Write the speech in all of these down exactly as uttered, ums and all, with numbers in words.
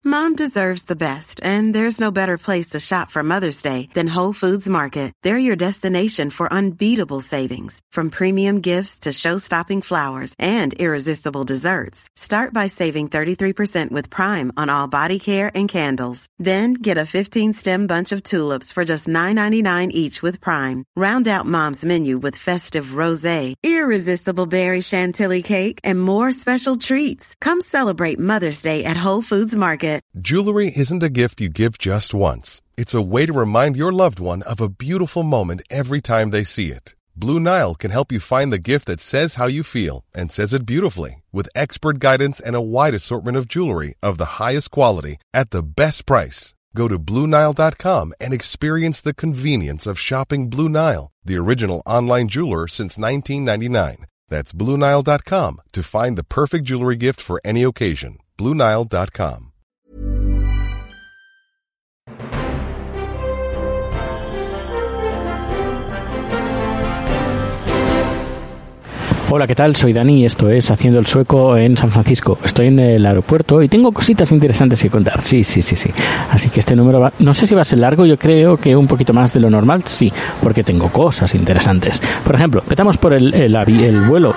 Mom deserves the best, and there's no better place to shop for Mother's Day than Whole Foods Market. They're your destination for unbeatable savings, from premium gifts to show-stopping flowers and irresistible desserts. Start by saving thirty-three percent with Prime on all body care and candles. Then get a fifteen-stem bunch of tulips for just nine ninety-nine each with Prime. Round out Mom's menu with festive rosé, irresistible berry chantilly cake, and more special treats. Come celebrate Mother's Day at Whole Foods Market. Jewelry isn't a gift you give just once. It's a way to remind your loved one of a beautiful moment every time they see it. Blue Nile can help you find the gift that says how you feel and says it beautifully, with expert guidance and a wide assortment of jewelry of the highest quality at the best price. Go to Blue Nile dot com and experience the convenience of shopping Blue Nile, the original online jeweler since nineteen ninety-nine. That's Blue Nile dot com to find the perfect jewelry gift for any occasion. Blue Nile dot com. Hola, ¿qué tal? Soy Dani y esto es Haciendo el Sueco en San Francisco. Estoy en el aeropuerto y tengo cositas interesantes que contar. Sí, sí, sí, sí. Así que este número va... no sé si va a ser largo, yo creo que un poquito más de lo normal, sí, porque tengo cosas interesantes. Por ejemplo, empezamos por el, el, el vuelo.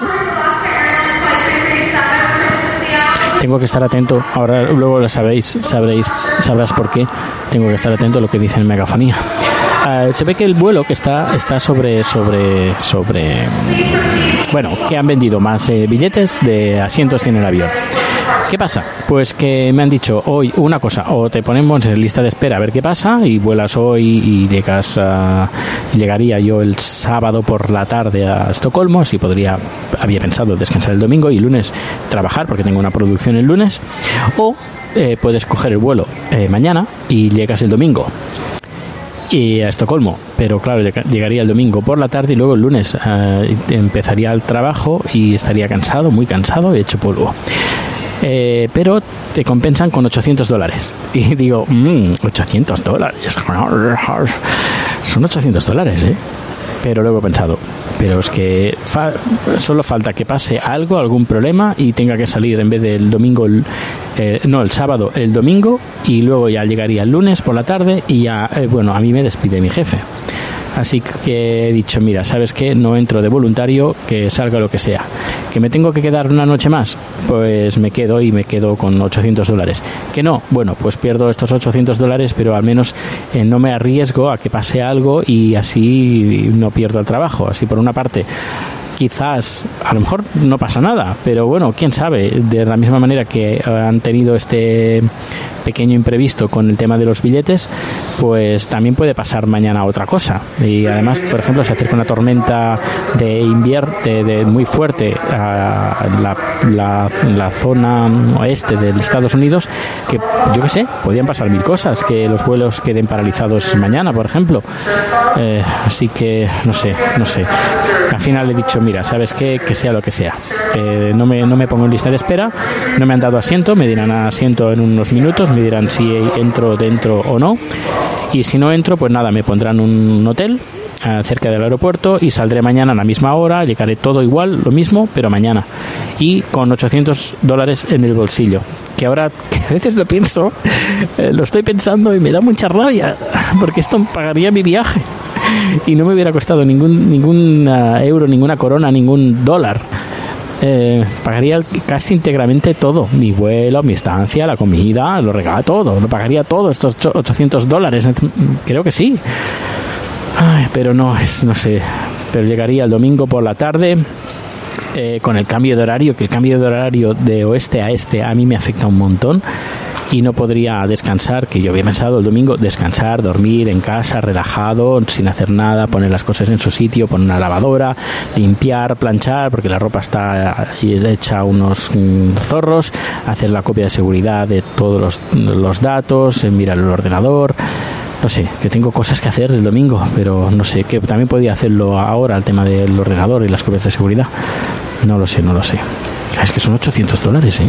Tengo que estar atento, ahora luego lo sabéis, sabréis, sabrás por qué tengo que estar atento a lo que dice en megafonía. Uh, se ve que el vuelo que está está sobre sobre sobre bueno, que han vendido más eh, billetes de asientos en el avión. ¿Qué pasa? Pues que me han dicho hoy una cosa, o te ponemos en lista de espera a ver qué pasa y vuelas hoy y llegas a, llegaría yo el sábado por la tarde a Estocolmo, así podría, había pensado descansar el domingo y el lunes trabajar porque tengo una producción el lunes, o eh, puedes coger el vuelo eh, mañana y llegas el domingo y a Estocolmo, pero claro, llegaría el domingo por la tarde y luego el lunes eh, empezaría el trabajo y estaría cansado, muy cansado y hecho polvo. Eh, pero te compensan con ochocientos dólares. Y digo, mmm, ochocientos dólares. Son ochocientos dólares, ¿eh? Pero luego he pensado, pero es que fa- solo falta que pase algo, algún problema y tenga que salir en vez del domingo, el, eh, no, el sábado, el domingo, y luego ya llegaría el lunes por la tarde y ya, eh, bueno, a mí me despide mi jefe. Así que he dicho, mira, ¿sabes qué? No entro de voluntario, que salga lo que sea. ¿Que me tengo que quedar una noche más? Pues me quedo y me quedo con ochocientos dólares. ¿Que no? Bueno, pues pierdo estos ochocientos dólares, pero al menos eh, no me arriesgo a que pase algo y así no pierdo el trabajo. Así por una parte, quizás, a lo mejor no pasa nada, pero bueno, quién sabe. De la misma manera que han tenido este pequeño imprevisto con el tema de los billetes, pues también puede pasar mañana otra cosa. Y además, por ejemplo, se acerca una tormenta de invierno de, de muy fuerte a la, la, la zona oeste de Estados Unidos, que yo qué sé, podían pasar mil cosas, que los vuelos queden paralizados mañana, por ejemplo. Eh, así que no sé, no sé. Al final he dicho, mira, ¿sabes qué? Que sea lo que sea. Eh, no me, no me pongo en lista de espera, no me han dado asiento, me dirán asiento en unos minutos, me dirán si entro dentro o no, y si no entro, pues nada, me pondrán un hotel eh, cerca del aeropuerto y saldré mañana a la misma hora, llegaré todo igual, lo mismo, pero mañana, y con ochocientos dólares en el bolsillo, que ahora que a veces lo pienso, eh, lo estoy pensando y me da mucha rabia, porque esto pagaría mi viaje y no me hubiera costado ningún, ningún uh, euro, ninguna corona, ningún dólar. Eh, pagaría casi íntegramente todo, mi vuelo, mi estancia, la comida, lo regalo todo, lo pagaría todo, estos ochocientos dólares, creo que sí. Ay, pero no, es, no sé, pero llegaría el domingo por la tarde, eh, con el cambio de horario, que el cambio de horario de oeste a este a mí me afecta un montón. Y no podría descansar, que yo había pensado el domingo, descansar, dormir en casa, relajado, sin hacer nada, poner las cosas en su sitio, poner una lavadora, limpiar, planchar, porque la ropa está hecha unos zorros, hacer la copia de seguridad de todos los, los datos, mirar el ordenador. No sé, que tengo cosas que hacer el domingo, pero no sé, que también podía hacerlo ahora, el tema del ordenador y las copias de seguridad. No lo sé, no lo sé. Es que son ochocientos dólares, ¿eh?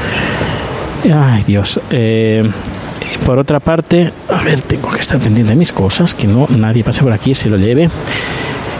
Ay, Dios. Eh, por otra parte, a ver, tengo que estar pendiente de mis cosas, que no nadie pase por aquí y se lo lleve.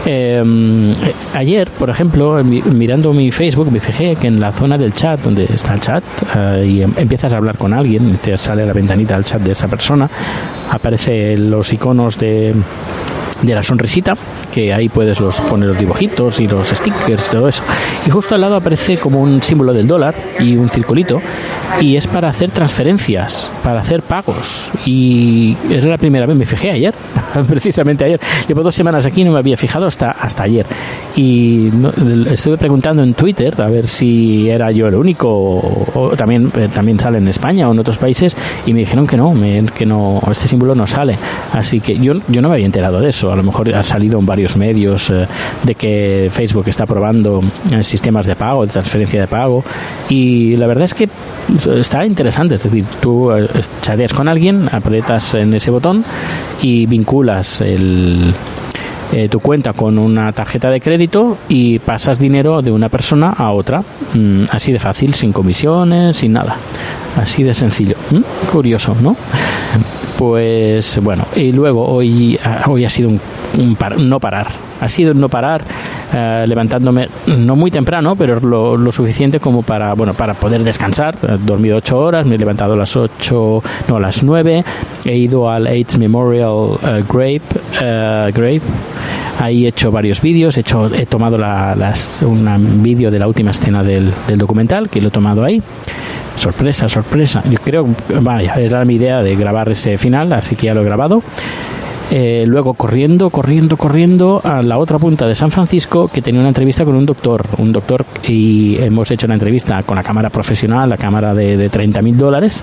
Eh, ayer, por ejemplo, mirando mi Facebook, me fijé que en la zona del chat, donde está el chat, eh, y empiezas a hablar con alguien, te sale la ventanita del chat de esa persona, aparecen los iconos de... de la sonrisita, que ahí puedes los poner los dibujitos y los stickers, todo eso. Y justo al lado aparece como un símbolo del dólar y un circulito, y es para hacer transferencias, para hacer pagos. Y era la primera vez, me fijé ayer, precisamente ayer. Llevo dos semanas aquí y no me había fijado hasta, hasta ayer. Y no, estuve preguntando en Twitter a ver si era yo el único, o, o también, eh, también sale en España o en otros países, y me dijeron que no, me, que no, este símbolo no sale. Así que yo, yo no me había enterado de eso. A lo mejor ha salido en varios medios eh, de que Facebook está probando eh, sistemas de pago, de transferencia de pago, y la verdad es que está interesante. Es decir, tú eh, chateas con alguien, aprietas en ese botón y vinculas el Eh, tu cuenta con una tarjeta de crédito y pasas dinero de una persona a otra, mm, así de fácil, sin comisiones, sin nada, así de sencillo. ¿Mm? Curioso, ¿no? Pues bueno, y luego hoy, hoy ha sido un, un par, no parar, ha sido un no parar, eh, levantándome no muy temprano, pero lo, lo suficiente como para, bueno, para poder descansar. He dormido ocho horas, me he levantado a las ocho, no, a las nueve, he ido al AIDS Memorial uh, Grave, uh, Grave. Ahí he hecho varios vídeos, he hecho, he tomado la, las, un vídeo de la última escena del, del documental, que lo he tomado ahí. Sorpresa, sorpresa. Yo creo, vaya, era mi idea de grabar ese final, así que ya lo he grabado. Eh, luego corriendo, corriendo, corriendo a la otra punta de San Francisco, que tenía una entrevista con un doctor, un doctor, y hemos hecho una entrevista con la cámara profesional, la cámara de, de treinta mil dólares.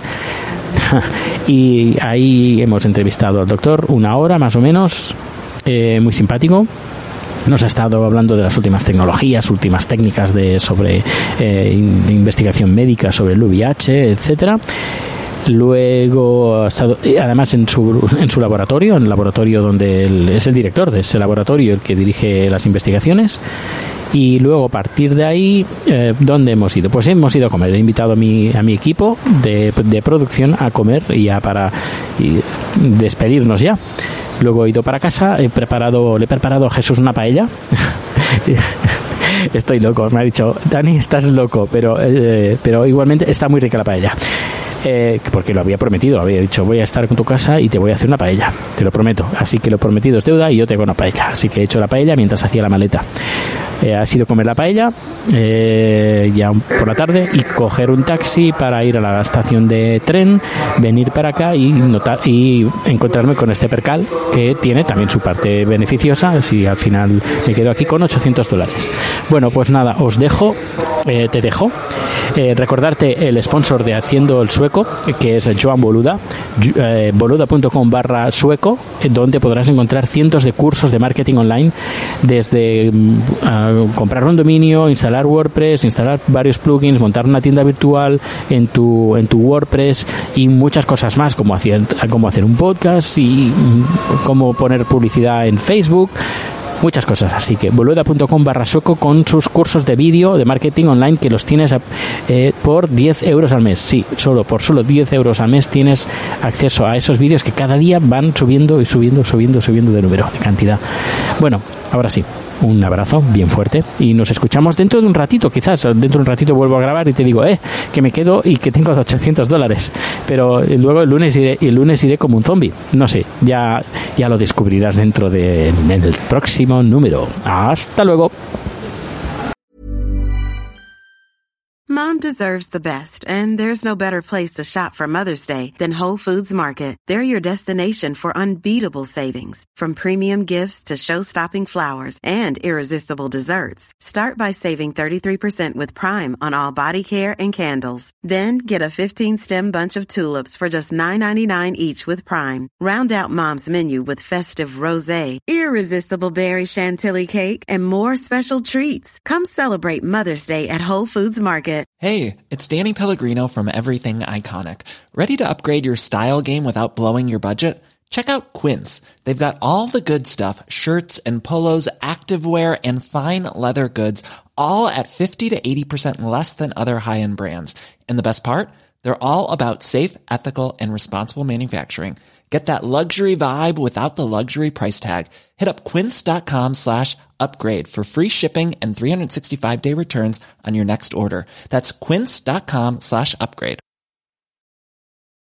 Y ahí hemos entrevistado al doctor una hora más o menos. Eh, muy simpático. Nos ha estado hablando de las últimas tecnologías, últimas técnicas de sobre eh, investigación médica sobre el V I H, etcétera. Luego ha estado, además en su en su laboratorio, en el laboratorio donde él es el director de ese laboratorio, el que dirige las investigaciones. Y luego a partir de ahí, eh, ¿dónde hemos ido? Pues hemos ido a comer. He invitado a mi, a mi equipo de, de producción a comer, y ya para y despedirnos ya. Luego he ido para casa, he preparado, le he preparado a Jesús una paella. Estoy loco, me ha dicho, Dani, estás loco, pero, eh, pero igualmente está muy rica la paella. Eh, porque lo había prometido, había dicho, voy a estar con tu casa y te voy a hacer una paella, te lo prometo. Así que lo prometido es deuda y yo te hago una paella. Así que he hecho la paella mientras hacía la maleta. Eh, ha sido comer la paella eh, ya por la tarde y coger un taxi para ir a la estación de tren, venir para acá y notar y encontrarme con este percal, que tiene también su parte beneficiosa, si al final me quedo aquí con ochocientos dólares. Bueno, pues nada, os dejo, eh, te dejo. Eh, recordarte el sponsor de Haciendo el Sueco, que es Joan Boluda, eh, boluda.com barra sueco, donde podrás encontrar cientos de cursos de marketing online, desde uh, comprar un dominio, instalar WordPress, instalar varios plugins, montar una tienda virtual en tu en tu WordPress y muchas cosas más, como hacer, como hacer un podcast y cómo poner publicidad en Facebook. Muchas cosas, así que boluda.com barra sueco con sus cursos de vídeo de marketing online, que los tienes eh, por diez euros al mes. Sí, solo por solo diez euros al mes tienes acceso a esos vídeos que cada día van subiendo y subiendo, subiendo, subiendo de número, de cantidad. Bueno, ahora sí, un abrazo bien fuerte y nos escuchamos dentro de un ratito, quizás dentro de un ratito vuelvo a grabar y te digo, eh, que me quedo y que tengo ochocientos dólares, pero luego el lunes iré, el lunes iré como un zombie, no sé, ya, ya lo descubrirás dentro de, del próximo número. Hasta luego. Mom deserves the best, and there's no better place to shop for Mother's Day than Whole Foods Market. They're your destination for unbeatable savings, from premium gifts to show-stopping flowers and irresistible desserts. Start by saving thirty-three percent with Prime on all body care and candles. Then get a fifteen-stem bunch of tulips for just nine ninety-nine each with Prime. Round out Mom's menu with festive rosé, irresistible berry chantilly cake, and more special treats. Come celebrate Mother's Day at Whole Foods Market. Hey, it's Danny Pellegrino from Everything Iconic. Ready to upgrade your style game without blowing your budget? Check out Quince. They've got all the good stuff, shirts and polos, activewear, and fine leather goods, all at fifty to eighty percent less than other high-end brands. And the best part? They're all about safe, ethical, and responsible manufacturing. Get that luxury vibe without the luxury price tag. Hit up quince.com slash upgrade for free shipping and three sixty-five day returns on your next order. That's quince.com slash upgrade.